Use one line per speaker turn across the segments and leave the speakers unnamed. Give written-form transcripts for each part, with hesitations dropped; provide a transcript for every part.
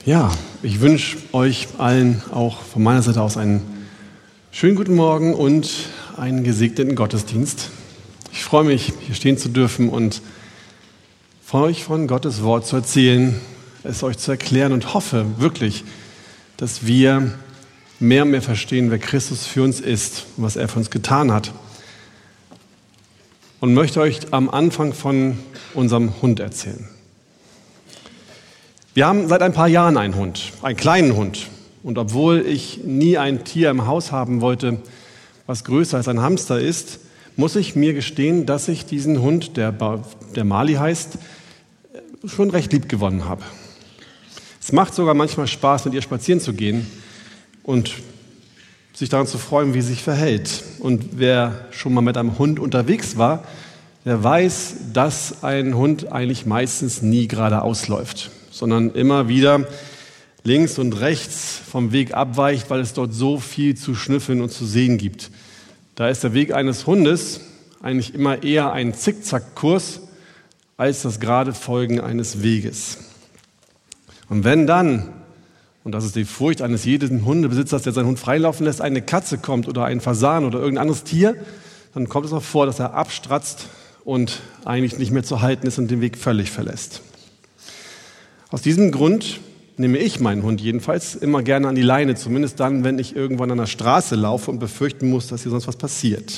Ja, ich wünsche euch allen auch von meiner Seite aus einen schönen guten Morgen und einen gesegneten Gottesdienst. Ich freue mich, hier stehen zu dürfen und von euch von Gottes Wort zu erzählen, es euch zu erklären und hoffe wirklich, dass wir mehr und mehr verstehen, wer Christus für uns ist und was er für uns getan hat. Und möchte euch am Anfang von unserem Hund erzählen. Wir haben seit ein paar Jahren einen Hund, einen kleinen Hund. Und obwohl ich nie ein Tier im Haus haben wollte, was größer als ein Hamster ist, muss ich mir gestehen, dass ich diesen Hund, der Mali heißt, schon recht lieb gewonnen habe. Es macht sogar manchmal Spaß, mit ihr spazieren zu gehen und sich daran zu freuen, wie sie sich verhält. Und wer schon mal mit einem Hund unterwegs war, der weiß, dass ein Hund eigentlich meistens nie geradeaus läuft, sondern immer wieder links und rechts vom Weg abweicht, weil es dort so viel zu schnüffeln und zu sehen gibt. Da ist der Weg eines Hundes eigentlich immer eher ein Zickzackkurs als das gerade Folgen eines Weges. Und wenn dann, und das ist die Furcht eines jeden Hundebesitzers, der seinen Hund freilaufen lässt, eine Katze kommt oder ein Fasan oder irgendein anderes Tier, dann kommt es auch vor, dass er abstratzt und eigentlich nicht mehr zu halten ist und den Weg völlig verlässt. Aus diesem Grund nehme ich meinen Hund jedenfalls immer gerne an die Leine, zumindest dann, wenn ich irgendwann an der Straße laufe und befürchten muss, dass hier sonst was passiert.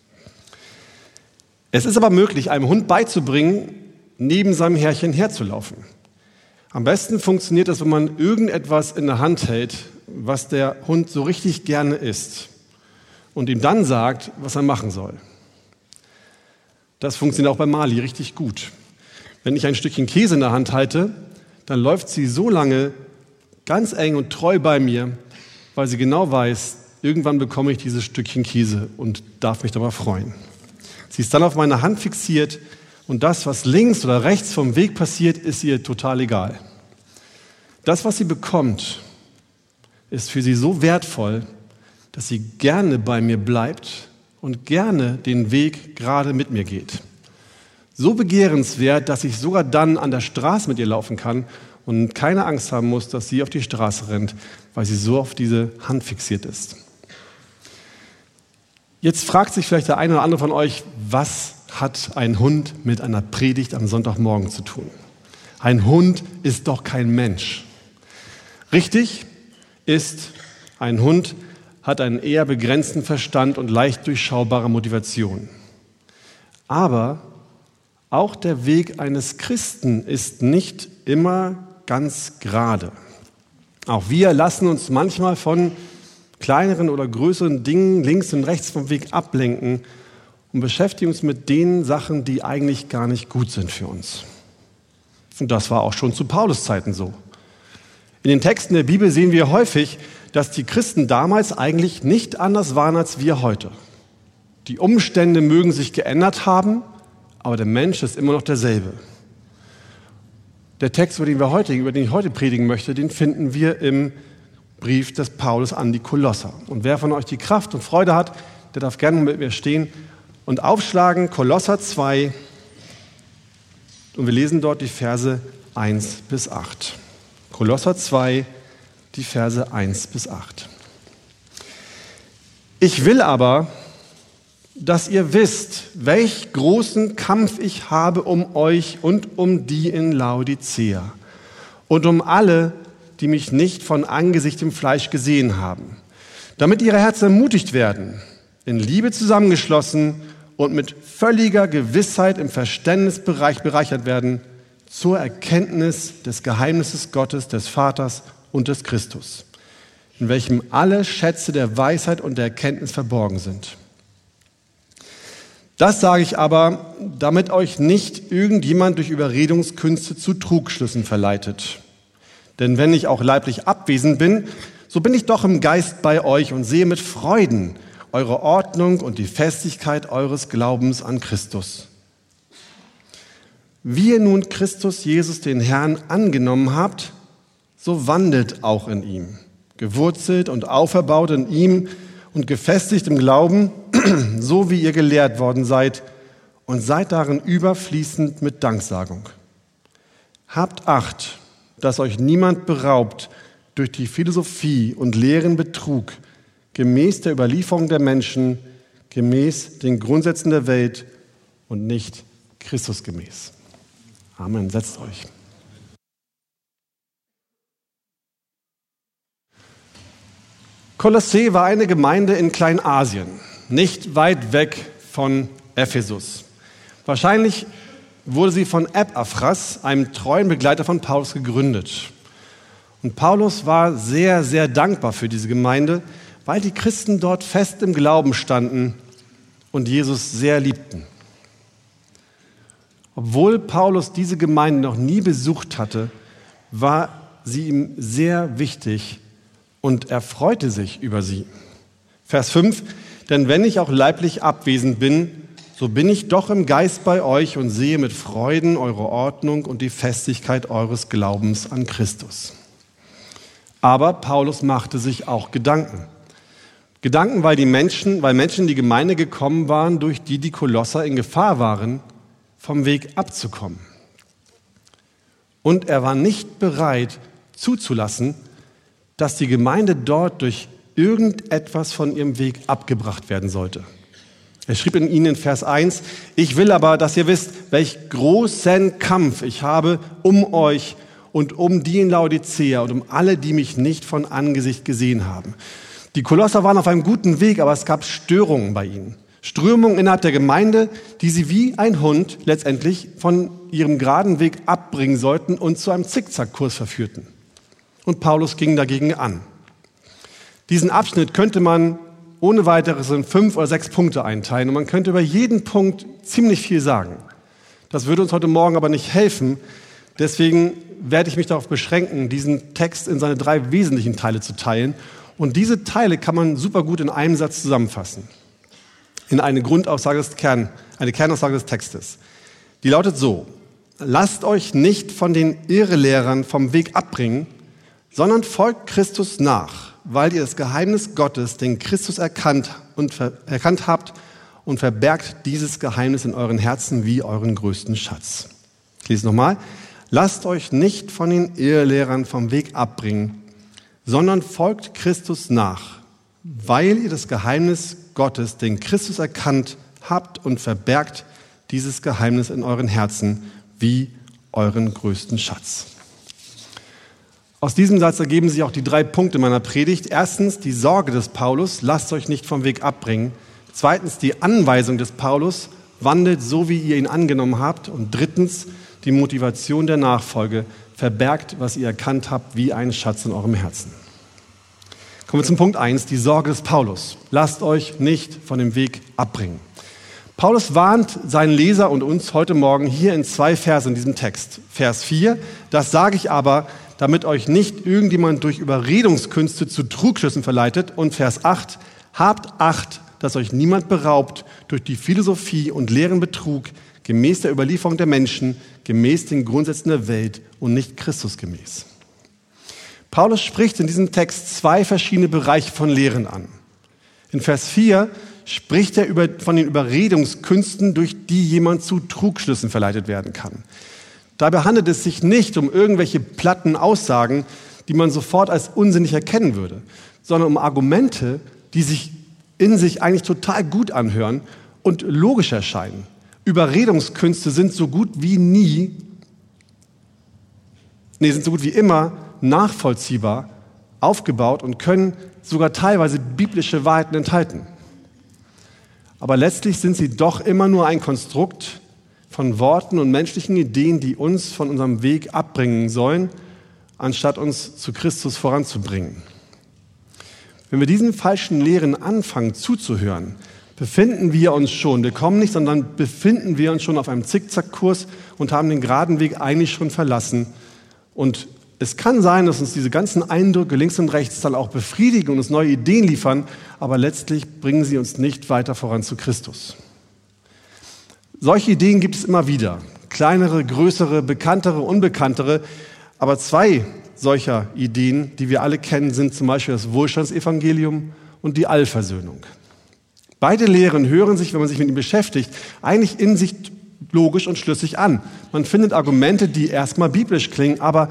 Es ist aber möglich, einem Hund beizubringen, neben seinem Herrchen herzulaufen. Am besten funktioniert das, wenn man irgendetwas in der Hand hält, was der Hund so richtig gerne isst und ihm dann sagt, was er machen soll. Das funktioniert auch bei Mali richtig gut. Wenn ich ein Stückchen Käse in der Hand halte, dann läuft sie so lange ganz eng und treu bei mir, weil sie genau weiß, irgendwann bekomme ich dieses Stückchen Käse und darf mich darüber freuen. Sie ist dann auf meine Hand fixiert und das, was links oder rechts vom Weg passiert, ist ihr total egal. Das, was sie bekommt, ist für sie so wertvoll, dass sie gerne bei mir bleibt und gerne den Weg gerade mit mir geht. So begehrenswert, dass ich sogar dann an der Straße mit ihr laufen kann und keine Angst haben muss, dass sie auf die Straße rennt, weil sie so auf diese Hand fixiert ist. Jetzt fragt sich vielleicht der eine oder andere von euch, was hat ein Hund mit einer Predigt am Sonntagmorgen zu tun? Ein Hund ist doch kein Mensch. Richtig ist, ein Hund hat einen eher begrenzten Verstand und leicht durchschaubare Motivation. Aber auch der Weg eines Christen ist nicht immer ganz gerade. Auch wir lassen uns manchmal von kleineren oder größeren Dingen links und rechts vom Weg ablenken und beschäftigen uns mit den Sachen, die eigentlich gar nicht gut sind für uns. Und das war auch schon zu Paulus Zeiten so. In den Texten der Bibel sehen wir häufig, dass die Christen damals eigentlich nicht anders waren als wir heute. Die Umstände mögen sich geändert haben, aber der Mensch ist immer noch derselbe. Der Text, über den ich heute predigen möchte, den finden wir im Brief des Paulus an die Kolosser. Und wer von euch die Kraft und Freude hat, der darf gerne mit mir stehen und aufschlagen, Kolosser 2. Und wir lesen dort die Verse 1 bis 8. Kolosser 2, die Verse 1 bis 8. Ich will aber, dass ihr wisst, welch großen Kampf ich habe um euch und um die in Laodicea und um alle, die mich nicht von Angesicht im Fleisch gesehen haben, damit ihre Herzen ermutigt werden, in Liebe zusammengeschlossen und mit völliger Gewissheit im Verständnisbereich bereichert werden zur Erkenntnis des Geheimnisses Gottes, des Vaters und des Christus, in welchem alle Schätze der Weisheit und der Erkenntnis verborgen sind. Das sage ich aber, damit euch nicht irgendjemand durch Überredungskünste zu Trugschlüssen verleitet. Denn wenn ich auch leiblich abwesend bin, so bin ich doch im Geist bei euch und sehe mit Freuden eure Ordnung und die Festigkeit eures Glaubens an Christus. Wie ihr nun Christus Jesus, den Herrn, angenommen habt, so wandelt auch in ihm, gewurzelt und auferbaut in ihm und gefestigt im Glauben, so wie ihr gelehrt worden seid, und seid darin überfließend mit Danksagung. Habt Acht, dass euch niemand beraubt durch die Philosophie und leeren Betrug, gemäß der Überlieferung der Menschen, gemäß den Grundsätzen der Welt und nicht Christus gemäß. Amen. Setzt euch. Kolossä war eine Gemeinde in Kleinasien, nicht weit weg von Ephesus. Wahrscheinlich wurde sie von Epaphras, einem treuen Begleiter von Paulus, gegründet. Und Paulus war sehr, sehr dankbar für diese Gemeinde, weil die Christen dort fest im Glauben standen und Jesus sehr liebten. Obwohl Paulus diese Gemeinde noch nie besucht hatte, war sie ihm sehr wichtig und er freute sich über sie. Vers 5: Denn wenn ich auch leiblich abwesend bin, so bin ich doch im Geist bei euch und sehe mit Freuden eure Ordnung und die Festigkeit eures Glaubens an Christus. Aber Paulus machte sich auch Gedanken. Gedanken, weil Menschen in die Gemeinde gekommen waren, durch die Kolosser in Gefahr waren, vom Weg abzukommen. Und er war nicht bereit zuzulassen, dass die Gemeinde dort durch irgendetwas von ihrem Weg abgebracht werden sollte. Er schrieb in ihnen in Vers 1: Ich will aber, dass ihr wisst, welch großen Kampf ich habe um euch und um die in Laodicea und um alle, die mich nicht von Angesicht gesehen haben. Die Kolosser waren auf einem guten Weg, aber es gab Störungen bei ihnen. Strömungen innerhalb der Gemeinde, die sie wie ein Hund letztendlich von ihrem geraden Weg abbringen sollten und zu einem Zickzackkurs verführten. Und Paulus ging dagegen an. Diesen Abschnitt könnte man ohne weiteres in 5 oder 6 Punkte einteilen und man könnte über jeden Punkt ziemlich viel sagen. Das würde uns heute Morgen aber nicht helfen. Deswegen werde ich mich darauf beschränken, diesen Text in seine 3 wesentlichen Teile zu teilen. Und diese Teile kann man super gut in einem Satz zusammenfassen. In eine Kernaussage des Textes. Die lautet so: Lasst euch nicht von den Irrlehrern vom Weg abbringen, sondern folgt Christus nach, weil ihr das Geheimnis Gottes, den Christus erkannt habt und verbergt dieses Geheimnis in euren Herzen wie euren größten Schatz. Ich lese nochmal. Lasst euch nicht von den Irrlehrern vom Weg abbringen, sondern folgt Christus nach, weil ihr das Geheimnis Gottes, den Christus erkannt habt und verbergt dieses Geheimnis in euren Herzen wie euren größten Schatz. Aus diesem Satz ergeben sich auch die 3 Punkte meiner Predigt. Erstens die Sorge des Paulus, lasst euch nicht vom Weg abbringen. Zweitens die Anweisung des Paulus, wandelt so, wie ihr ihn angenommen habt. Und drittens die Motivation der Nachfolge, verbergt, was ihr erkannt habt, wie einen Schatz in eurem Herzen. Kommen wir zum Punkt 1, die Sorge des Paulus. Lasst euch nicht von dem Weg abbringen. Paulus warnt seinen Leser und uns heute Morgen hier in 2 Versen in diesem Text. Vers 4, das sage ich aber, damit euch nicht irgendjemand durch Überredungskünste zu Trugschlüssen verleitet. Und Vers 8, habt Acht, dass euch niemand beraubt durch die Philosophie und leeren Betrug, gemäß der Überlieferung der Menschen, gemäß den Grundsätzen der Welt und nicht Christus gemäß. Paulus spricht in diesem Text 2 verschiedene Bereiche von Lehren an. In Vers 4 spricht er von den Überredungskünsten, durch die jemand zu Trugschlüssen verleitet werden kann. Dabei handelt es sich nicht um irgendwelche platten Aussagen, die man sofort als unsinnig erkennen würde, sondern um Argumente, die sich in sich eigentlich total gut anhören und logisch erscheinen. Überredungskünste sind so gut wie immer nachvollziehbar aufgebaut und können sogar teilweise biblische Wahrheiten enthalten. Aber letztlich sind sie doch immer nur ein Konstrukt von Worten und menschlichen Ideen, die uns von unserem Weg abbringen sollen, anstatt uns zu Christus voranzubringen. Wenn wir diesen falschen Lehren anfangen zuzuhören, befinden wir uns schon auf einem Zickzackkurs und haben den geraden Weg eigentlich schon verlassen. Und es kann sein, dass uns diese ganzen Eindrücke links und rechts dann auch befriedigen und uns neue Ideen liefern, aber letztlich bringen sie uns nicht weiter voran zu Christus. Solche Ideen gibt es immer wieder. Kleinere, größere, bekanntere, unbekanntere. Aber 2 solcher Ideen, die wir alle kennen, sind zum Beispiel das Wohlstandsevangelium und die Allversöhnung. Beide Lehren hören sich, wenn man sich mit ihnen beschäftigt, eigentlich in sich logisch und schlüssig an. Man findet Argumente, die erstmal biblisch klingen, aber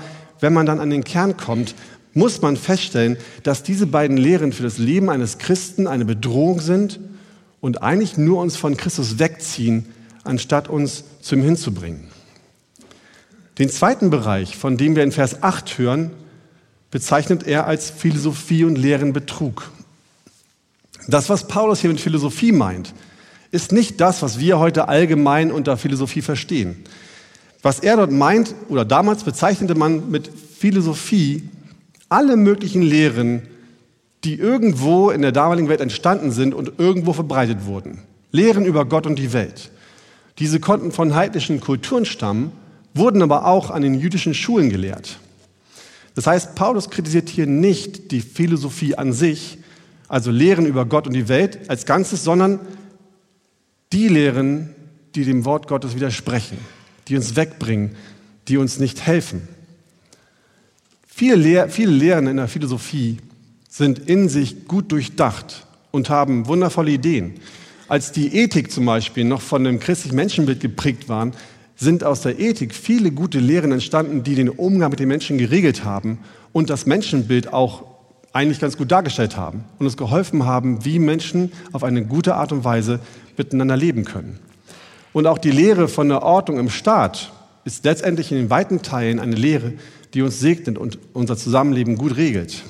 wenn man dann an den Kern kommt, muss man feststellen, dass diese beiden Lehren für das Leben eines Christen eine Bedrohung sind und eigentlich nur uns von Christus wegziehen, anstatt uns zu ihm hinzubringen. Den zweiten Bereich, von dem wir in Vers 8 hören, bezeichnet er als Philosophie und Lehrenbetrug. Das, was Paulus hier mit Philosophie meint, ist nicht das, was wir heute allgemein unter Philosophie verstehen. Was er dort meint, oder damals bezeichnete man mit Philosophie alle möglichen Lehren, die irgendwo in der damaligen Welt entstanden sind und irgendwo verbreitet wurden. Lehren über Gott und die Welt. Diese konnten von heidnischen Kulturen stammen, wurden aber auch an den jüdischen Schulen gelehrt. Das heißt, Paulus kritisiert hier nicht die Philosophie an sich, also Lehren über Gott und die Welt als Ganzes, sondern die Lehren, die dem Wort Gottes widersprechen, die uns wegbringen, die uns nicht helfen. Viele Lehren in der Philosophie sind in sich gut durchdacht und haben wundervolle Ideen. Als die Ethik zum Beispiel noch von dem christlichen Menschenbild geprägt waren, sind aus der Ethik viele gute Lehren entstanden, die den Umgang mit den Menschen geregelt haben und das Menschenbild auch eigentlich ganz gut dargestellt haben und uns geholfen haben, wie Menschen auf eine gute Art und Weise miteinander leben können. Und auch die Lehre von der Ordnung im Staat ist letztendlich in den weiten Teilen eine Lehre, die uns segnet und unser Zusammenleben gut regelt.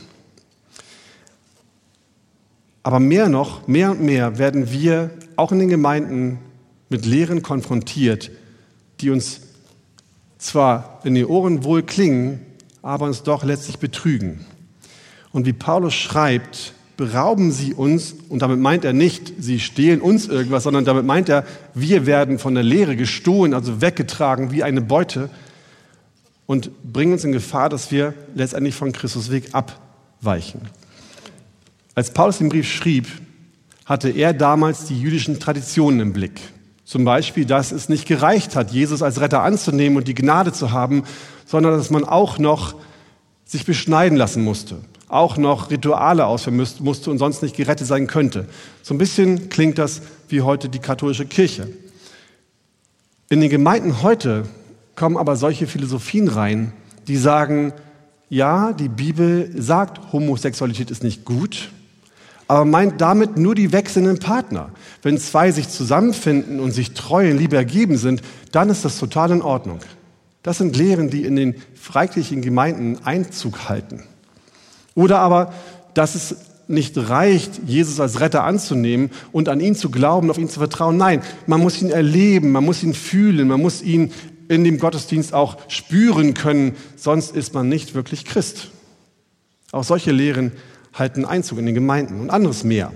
Aber mehr und mehr werden wir auch in den Gemeinden mit Lehren konfrontiert, die uns zwar in den Ohren wohl klingen, aber uns doch letztlich betrügen. Und wie Paulus schreibt, berauben sie uns, und damit meint er nicht, sie stehlen uns irgendwas, sondern damit meint er, wir werden von der Lehre gestohlen, also weggetragen wie eine Beute und bringen uns in Gefahr, dass wir letztendlich von Christus Weg abweichen. Als Paulus den Brief schrieb, hatte er damals die jüdischen Traditionen im Blick. Zum Beispiel, dass es nicht gereicht hat, Jesus als Retter anzunehmen und die Gnade zu haben, sondern dass man auch noch sich beschneiden lassen musste, auch noch Rituale ausführen musste und sonst nicht gerettet sein könnte. So ein bisschen klingt das wie heute die katholische Kirche. In den Gemeinden heute kommen aber solche Philosophien rein, die sagen, ja, die Bibel sagt, Homosexualität ist nicht gut, aber meint damit nur die wechselnden Partner. Wenn zwei sich zusammenfinden und sich treu in Liebe ergeben sind, dann ist das total in Ordnung. Das sind Lehren, die in den freikirchlichen Gemeinden Einzug halten. Oder aber, dass es nicht reicht, Jesus als Retter anzunehmen und an ihn zu glauben, auf ihn zu vertrauen. Nein, man muss ihn erleben, man muss ihn fühlen, man muss ihn in dem Gottesdienst auch spüren können, sonst ist man nicht wirklich Christ. Auch solche Lehren halten Einzug in den Gemeinden und anderes mehr.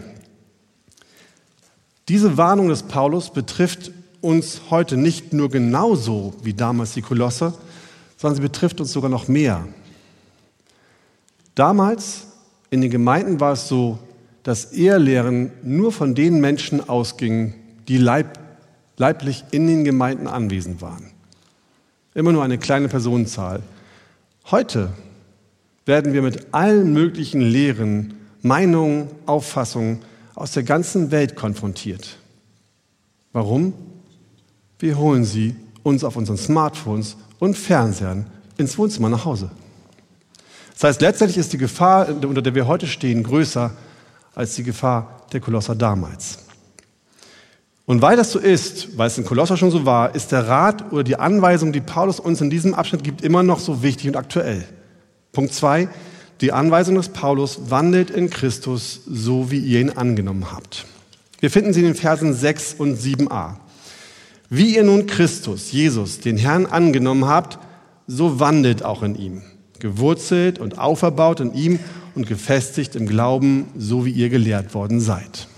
Diese Warnung des Paulus betrifft uns heute nicht nur genauso wie damals die Kolosser, sondern sie betrifft uns sogar noch mehr. Damals in den Gemeinden war es so, dass Ehelehren nur von den Menschen ausgingen, die leiblich in den Gemeinden anwesend waren. Immer nur eine kleine Personenzahl. Heute werden wir mit allen möglichen Lehren, Meinungen, Auffassungen aus der ganzen Welt konfrontiert. Warum? Wir holen sie uns auf unseren Smartphones und Fernsehern ins Wohnzimmer nach Hause. Das heißt, letztendlich ist die Gefahr, unter der wir heute stehen, größer als die Gefahr der Kolosser damals. Und weil das so ist, weil es in Kolosser schon so war, ist der Rat oder die Anweisung, die Paulus uns in diesem Abschnitt gibt, immer noch so wichtig und aktuell. Punkt 2, die Anweisung des Paulus, wandelt in Christus, so wie ihr ihn angenommen habt. Wir finden sie in den Versen 6 und 7a. Wie ihr nun Christus, Jesus, den Herrn angenommen habt, so wandelt auch in ihm, gewurzelt und auferbaut in ihm und gefestigt im Glauben, so wie ihr gelehrt worden seid.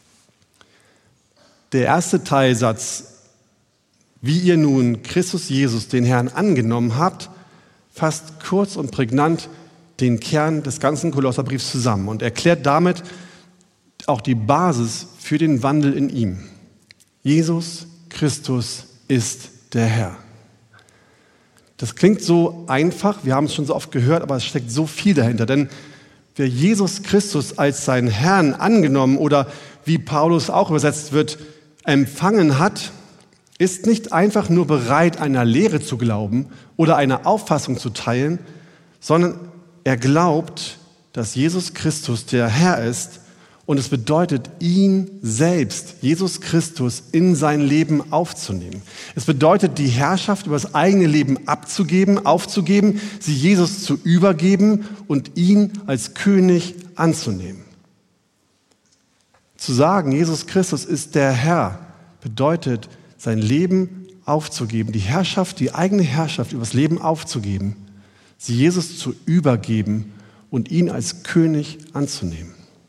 Der erste Teilsatz, wie ihr nun Christus Jesus, den Herrn, angenommen habt, fasst kurz und prägnant den Kern des ganzen Kolosserbriefs zusammen und erklärt damit auch die Basis für den Wandel in ihm. Jesus Christus ist der Herr. Das klingt so einfach, wir haben es schon so oft gehört, aber es steckt so viel dahinter. Denn wer Jesus Christus als seinen Herrn angenommen oder wie Paulus auch übersetzt wird, empfangen hat, ist nicht einfach nur bereit, einer Lehre zu glauben oder einer Auffassung zu teilen, sondern er glaubt, dass Jesus Christus der Herr ist und es bedeutet, ihn selbst, Jesus Christus, in sein Leben aufzunehmen. Es bedeutet, die Herrschaft über das eigene Leben abzugeben, aufzugeben, sie Jesus zu übergeben und ihn als König anzunehmen. Zu sagen, Jesus Christus ist der Herr, bedeutet, sein Leben aufzugeben, die Herrschaft, die eigene Herrschaft über das Leben aufzugeben, sie Jesus zu übergeben und ihn als König anzunehmen.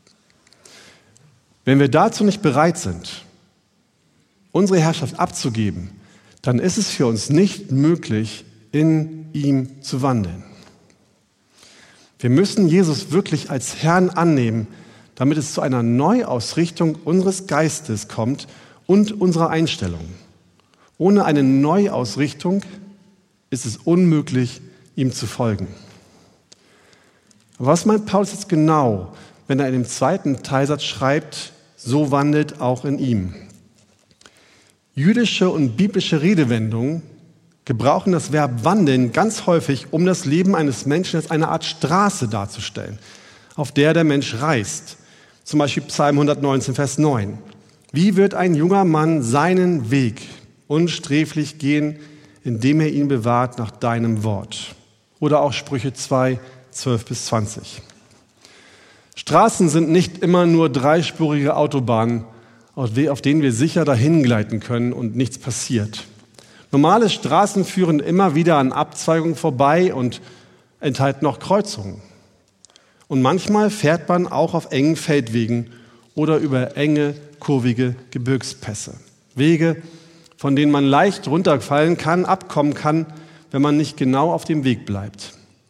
Wenn wir dazu nicht bereit sind, unsere Herrschaft abzugeben, dann ist es für uns nicht möglich, in ihm zu wandeln. Wir müssen Jesus wirklich als Herrn annehmen, damit es zu einer Neuausrichtung unseres Geistes kommt und unserer Einstellung. Ohne eine Neuausrichtung ist es unmöglich, ihm zu folgen. Aber was meint Paulus jetzt genau, wenn er in dem zweiten Teilsatz schreibt, so wandelt auch in ihm? Jüdische und biblische Redewendungen gebrauchen das Verb wandeln ganz häufig, um das Leben eines Menschen als eine Art Straße darzustellen, auf der der Mensch reist. Zum Beispiel Psalm 119, Vers 9. Wie wird ein junger Mann seinen Weg unsträflich gehen, indem er ihn bewahrt nach deinem Wort? Oder auch Sprüche 2, 12 bis 20. Straßen sind nicht immer nur dreispurige Autobahnen, auf denen wir sicher dahin gleiten können und nichts passiert. Normale Straßen führen immer wieder an Abzweigungen vorbei und enthalten auch Kreuzungen. Und manchmal fährt man auch auf engen Feldwegen oder über enge, kurvige Gebirgspässe. Wege, von denen man leicht runterfallen kann, abkommen kann, wenn man nicht genau auf dem Weg bleibt.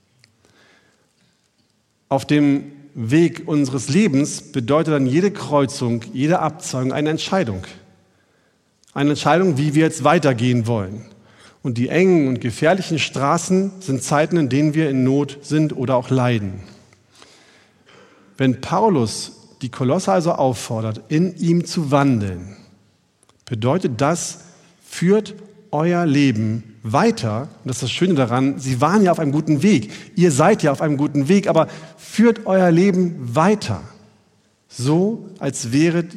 Auf dem Weg unseres Lebens bedeutet dann jede Kreuzung, jede Abzweigung eine Entscheidung. Eine Entscheidung, wie wir jetzt weitergehen wollen. Und die engen und gefährlichen Straßen sind Zeiten, in denen wir in Not sind oder auch leiden. Wenn Paulus die Kolosser also auffordert, in ihm zu wandeln, bedeutet das, führt euer Leben weiter. Und das ist das Schöne daran, sie waren ja auf einem guten Weg. Ihr seid ja auf einem guten Weg, aber führt euer Leben weiter. So, als wären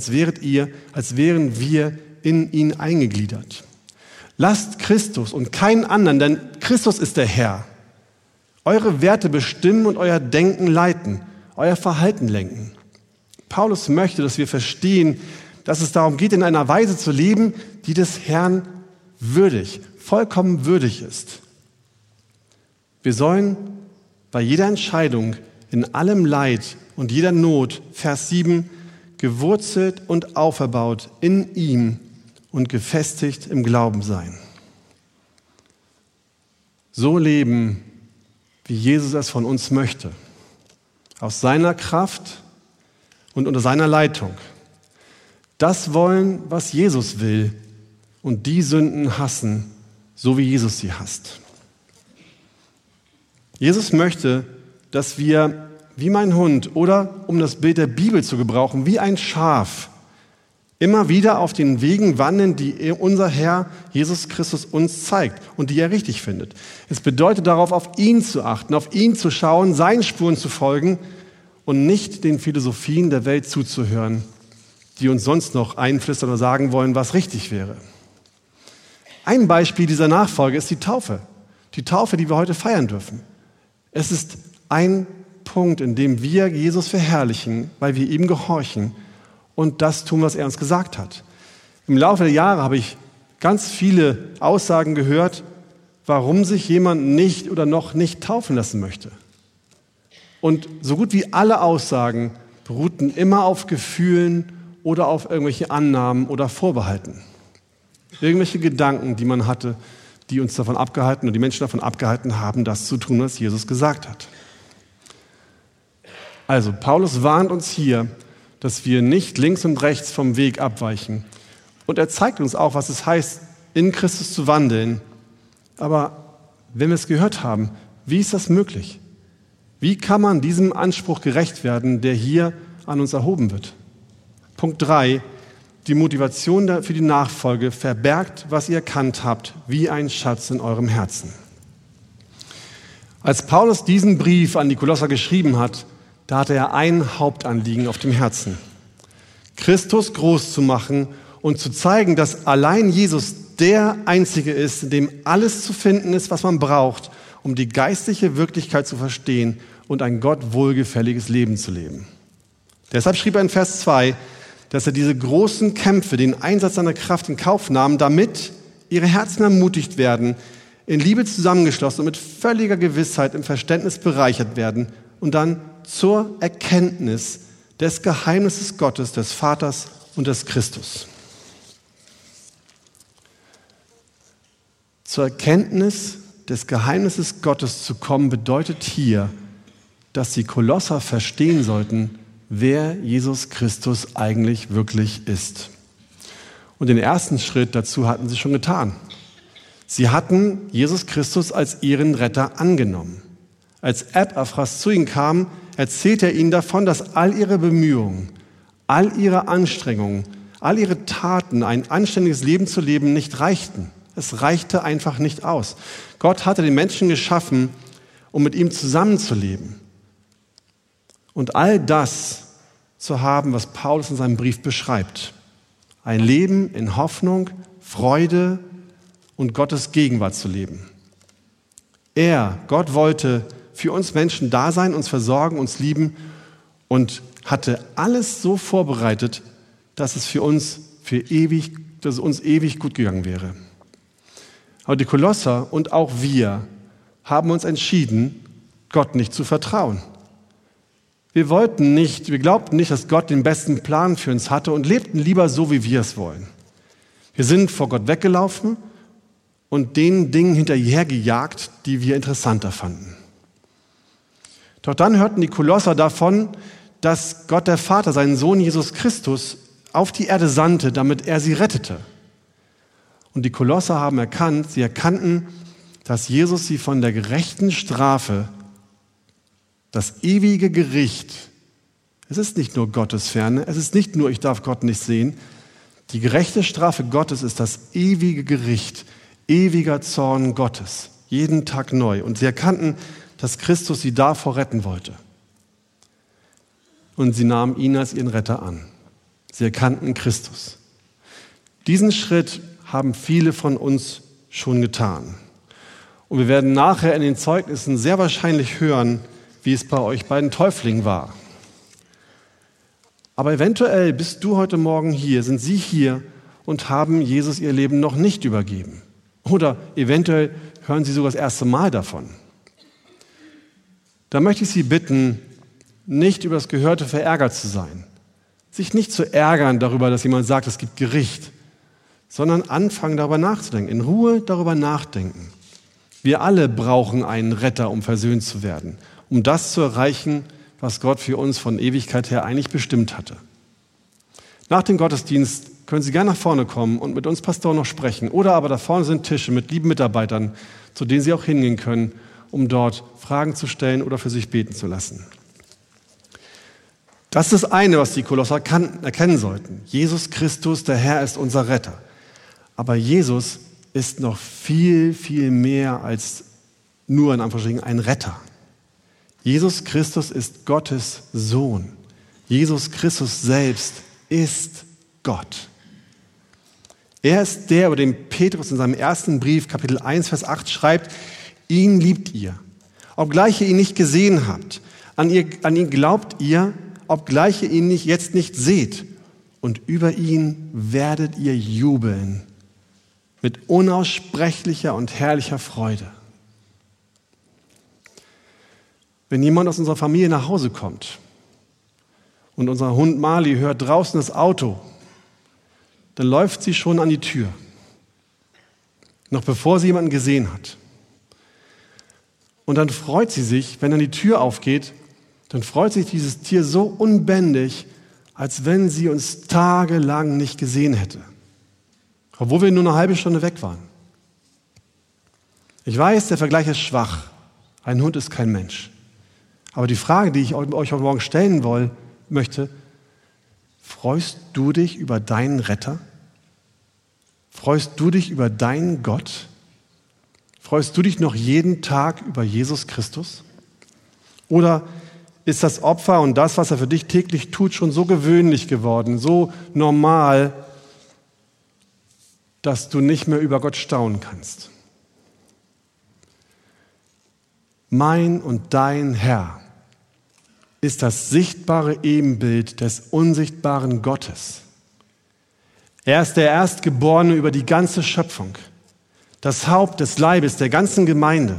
wir in ihn eingegliedert. Lasst Christus und keinen anderen, denn Christus ist der Herr, eure Werte bestimmen und euer Denken leiten, euer Verhalten lenken. Paulus möchte, dass wir verstehen, dass es darum geht, in einer Weise zu leben, die des Herrn würdig, vollkommen würdig ist. Wir sollen bei jeder Entscheidung, in allem Leid und jeder Not, Vers 7, gewurzelt und auferbaut in ihm und gefestigt im Glauben sein. So leben, wie Jesus es von uns möchte, aus seiner Kraft und unter seiner Leitung. Das wollen, was Jesus will, und die Sünden hassen, so wie Jesus sie hasst. Jesus möchte, dass wir wie mein Hund oder, um das Bild der Bibel zu gebrauchen, wie ein Schaf immer wieder auf den Wegen wandeln, die unser Herr Jesus Christus uns zeigt und die er richtig findet. Es bedeutet darauf, auf ihn zu achten, auf ihn zu schauen, seinen Spuren zu folgen und nicht den Philosophien der Welt zuzuhören, die uns sonst noch einflüstern oder sagen wollen, was richtig wäre. Ein Beispiel dieser Nachfolge ist die Taufe. Die Taufe, die wir heute feiern dürfen. Es ist ein Punkt, in dem wir Jesus verherrlichen, weil wir ihm gehorchen und das tun, was er uns gesagt hat. Im Laufe der Jahre habe ich ganz viele Aussagen gehört, warum sich jemand nicht oder noch nicht taufen lassen möchte. Und so gut wie alle Aussagen beruhten immer auf Gefühlen oder auf irgendwelche Annahmen oder Vorbehalten. Irgendwelche Gedanken, die man hatte, die uns davon abgehalten und die Menschen davon abgehalten haben, das zu tun, was Jesus gesagt hat. Also, Paulus warnt uns hier, dass wir nicht links und rechts vom Weg abweichen. Und er zeigt uns auch, was es heißt, in Christus zu wandeln. Aber wenn wir es gehört haben, wie ist das möglich? Wie kann man diesem Anspruch gerecht werden, der hier an uns erhoben wird? Punkt 3. Die Motivation für die Nachfolge verbergt, was ihr erkannt habt, wie ein Schatz in eurem Herzen. Als Paulus diesen Brief an die Kolosser geschrieben hat, da hatte er ein Hauptanliegen auf dem Herzen: Christus groß zu machen und zu zeigen, dass allein Jesus der Einzige ist, in dem alles zu finden ist, was man braucht, um die geistliche Wirklichkeit zu verstehen und ein Gott wohlgefälliges Leben zu leben. Deshalb schrieb er in Vers 2, dass er diese großen Kämpfe, den Einsatz seiner Kraft in Kauf nahm, damit ihre Herzen ermutigt werden, in Liebe zusammengeschlossen und mit völliger Gewissheit im Verständnis bereichert werden und dann zur Erkenntnis des Geheimnisses Gottes, des Vaters und des Christus. Zur Erkenntnis des Geheimnisses Gottes zu kommen, bedeutet hier, dass die Kolosser verstehen sollten, wer Jesus Christus eigentlich wirklich ist. Und den ersten Schritt dazu hatten sie schon getan. Sie hatten Jesus Christus als ihren Retter angenommen. Als Epaphras zu ihnen kam, erzählte er ihnen davon, dass all ihre Bemühungen, all ihre Anstrengungen, all ihre Taten, ein anständiges Leben zu leben, nicht reichten. Es reichte einfach nicht aus. Gott hatte den Menschen geschaffen, um mit ihm zusammenzuleben. Und all das zu haben, was Paulus in seinem Brief beschreibt. Ein Leben in Hoffnung, Freude und Gottes Gegenwart zu leben. Gott wollte für uns Menschen da sein, uns versorgen, uns lieben und hatte alles so vorbereitet, dass es uns ewig gut gegangen wäre. Aber die Kolosser und auch wir haben uns entschieden, Gott nicht zu vertrauen. Wir glaubten nicht, dass Gott den besten Plan für uns hatte und lebten lieber so, wie wir es wollen. Wir sind vor Gott weggelaufen und den Dingen hinterhergejagt, die wir interessanter fanden. Doch dann hörten die Kolosser davon, dass Gott der Vater seinen Sohn Jesus Christus auf die Erde sandte, damit er sie rettete. Und die Kolosser sie erkannten, dass Jesus sie von der gerechten Strafe, das ewige Gericht, es ist nicht nur Gottesferne, es ist nicht nur, ich darf Gott nicht sehen, die gerechte Strafe Gottes ist das ewige Gericht, ewiger Zorn Gottes, jeden Tag neu. Und sie erkannten, dass Christus sie davor retten wollte. Und sie nahmen ihn als ihren Retter an. Sie erkannten Christus. Diesen Schritt haben viele von uns schon getan. Und wir werden nachher in den Zeugnissen sehr wahrscheinlich hören, wie es bei euch bei den Täuflingen war. Aber eventuell bist du heute Morgen hier, sind Sie hier und haben Jesus ihr Leben noch nicht übergeben. Oder eventuell hören Sie sogar das erste Mal davon. Da möchte ich Sie bitten, nicht über das Gehörte verärgert zu sein. Sich nicht zu ärgern darüber, dass jemand sagt, es gibt Gericht, sondern anfangen, darüber nachzudenken, in Ruhe darüber nachdenken. Wir alle brauchen einen Retter, um versöhnt zu werden, um das zu erreichen, was Gott für uns von Ewigkeit her eigentlich bestimmt hatte. Nach dem Gottesdienst können Sie gerne nach vorne kommen und mit uns Pastoren noch sprechen. Oder aber da vorne sind Tische mit lieben Mitarbeitern, zu denen Sie auch hingehen können, um dort Fragen zu stellen oder für sich beten zu lassen. Das ist das eine, was die Kolosser erkennen sollten. Jesus Christus, der Herr, ist unser Retter. Aber Jesus ist noch viel, viel mehr als nur in Anführungsstrichen ein Retter. Jesus Christus ist Gottes Sohn. Jesus Christus selbst ist Gott. Er ist der, über den Petrus in seinem ersten Brief, Kapitel 1, Vers 8 schreibt, ihn liebt ihr, obgleich ihr ihn nicht gesehen habt. An ihn glaubt ihr, obgleich ihr ihn jetzt nicht seht. Und über ihn werdet ihr jubeln mit unaussprechlicher und herrlicher Freude. Wenn jemand aus unserer Familie nach Hause kommt und unser Hund Marley hört draußen das Auto, dann läuft sie schon an die Tür, noch bevor sie jemanden gesehen hat. Und dann freut sie sich, wenn dann die Tür aufgeht, dann freut sich dieses Tier so unbändig, als wenn sie uns tagelang nicht gesehen hätte, obwohl wir nur eine halbe Stunde weg waren. Ich weiß, der Vergleich ist schwach. Ein Hund ist kein Mensch. Aber die Frage, die ich euch heute Morgen stellen möchte, freust du dich über deinen Retter? Freust du dich über deinen Gott? Freust du dich noch jeden Tag über Jesus Christus? Oder ist das Opfer und das, was er für dich täglich tut, schon so gewöhnlich geworden, so normal, dass du nicht mehr über Gott staunen kannst? Mein und dein Herr ist das sichtbare Ebenbild des unsichtbaren Gottes. Er ist der Erstgeborene über die ganze Schöpfung, das Haupt des Leibes der ganzen Gemeinde.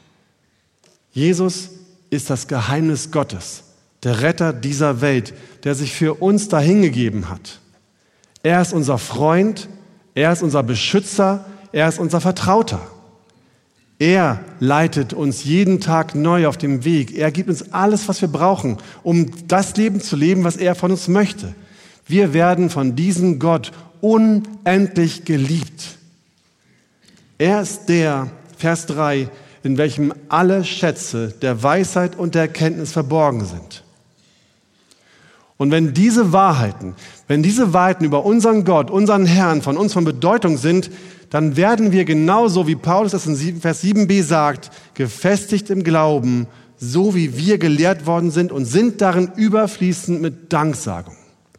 Jesus ist das Geheimnis Gottes, der Retter dieser Welt, der sich für uns dahingegeben hat. Er ist unser Freund, er ist unser Beschützer, er ist unser Vertrauter. Er leitet uns jeden Tag neu auf dem Weg. Er gibt uns alles, was wir brauchen, um das Leben zu leben, was er von uns möchte. Wir werden von diesem Gott unendlich geliebt. Er ist der, Vers 3, in welchem alle Schätze der Weisheit und der Erkenntnis verborgen sind. Und wenn diese Wahrheiten über unseren Gott, unseren Herrn von uns von Bedeutung sind, dann werden wir genauso, wie Paulus das in Vers 7b sagt, gefestigt im Glauben, so wie wir gelehrt worden sind und sind darin überfließend mit Danksagung.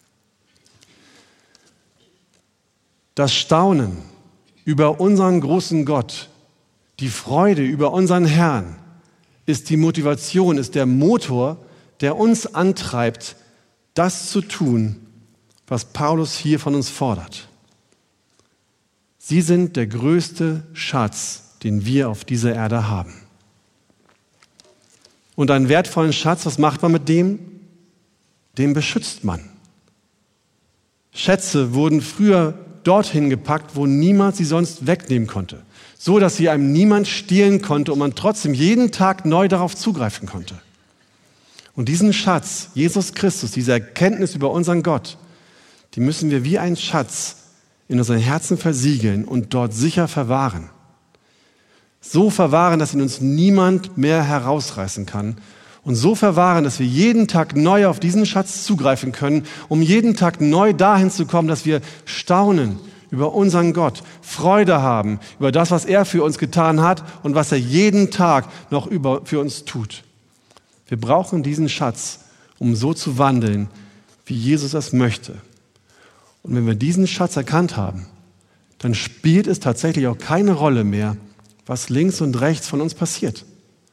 Das Staunen über unseren großen Gott, die Freude über unseren Herrn ist die Motivation, ist der Motor, der uns antreibt, das zu tun, was Paulus hier von uns fordert. Sie sind der größte Schatz, den wir auf dieser Erde haben. Und einen wertvollen Schatz, was macht man mit dem? Den beschützt man. Schätze wurden früher dorthin gepackt, wo niemand sie sonst wegnehmen konnte. So, dass sie einem niemand stehlen konnte und man trotzdem jeden Tag neu darauf zugreifen konnte. Und diesen Schatz, Jesus Christus, diese Erkenntnis über unseren Gott, die müssen wir wie ein Schatz in unseren Herzen versiegeln und dort sicher verwahren. So verwahren, dass ihn uns niemand mehr herausreißen kann. Und so verwahren, dass wir jeden Tag neu auf diesen Schatz zugreifen können, um jeden Tag neu dahin zu kommen, dass wir staunen über unseren Gott, Freude haben über das, was er für uns getan hat und was er jeden Tag noch für uns tut. Wir brauchen diesen Schatz, um so zu wandeln, wie Jesus es möchte. Und wenn wir diesen Schatz erkannt haben, dann spielt es tatsächlich auch keine Rolle mehr, was links und rechts von uns passiert.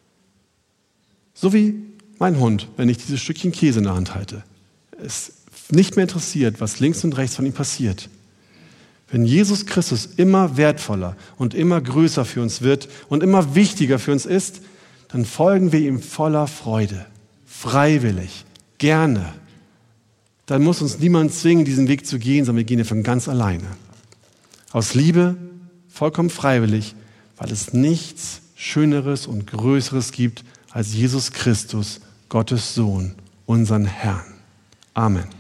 So wie mein Hund, wenn ich dieses Stückchen Käse in der Hand halte. Es nicht mehr interessiert, was links und rechts von ihm passiert. Wenn Jesus Christus immer wertvoller und immer größer für uns wird und immer wichtiger für uns ist, dann folgen wir ihm voller Freude, freiwillig, gerne. Dann muss uns niemand zwingen, diesen Weg zu gehen, sondern wir gehen von ganz alleine. Aus Liebe, vollkommen freiwillig, weil es nichts Schöneres und Größeres gibt als Jesus Christus, Gottes Sohn, unseren Herrn. Amen.